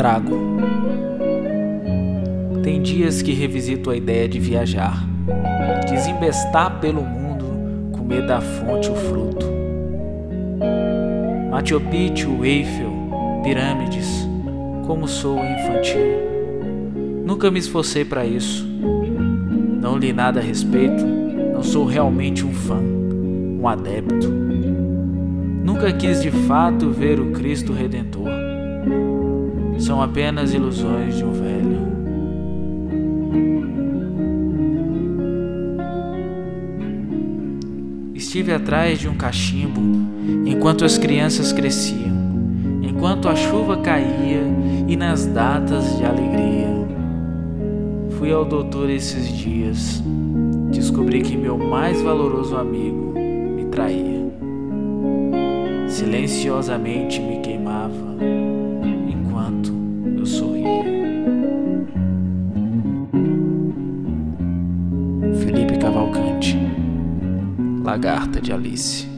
Trago. Tem dias que revisito a ideia de viajar, desembestar pelo mundo, comer da fonte o fruto. Machu Picchu, Eiffel, pirâmides, como sou infantil. Nunca me esforcei para isso. Não li nada a respeito, não sou realmente um fã, um adepto. Nunca quis de fato ver o Cristo Redentor. São apenas ilusões de um velho. Estive atrás de um cachimbo enquanto as crianças cresciam, enquanto a chuva caía e nas datas de alegria. Fui ao doutor esses dias, descobri que meu mais valoroso amigo me traía. Silenciosamente me queimava enquanto eu sorria. Felipe Cavalcante, Lagarta de Alice.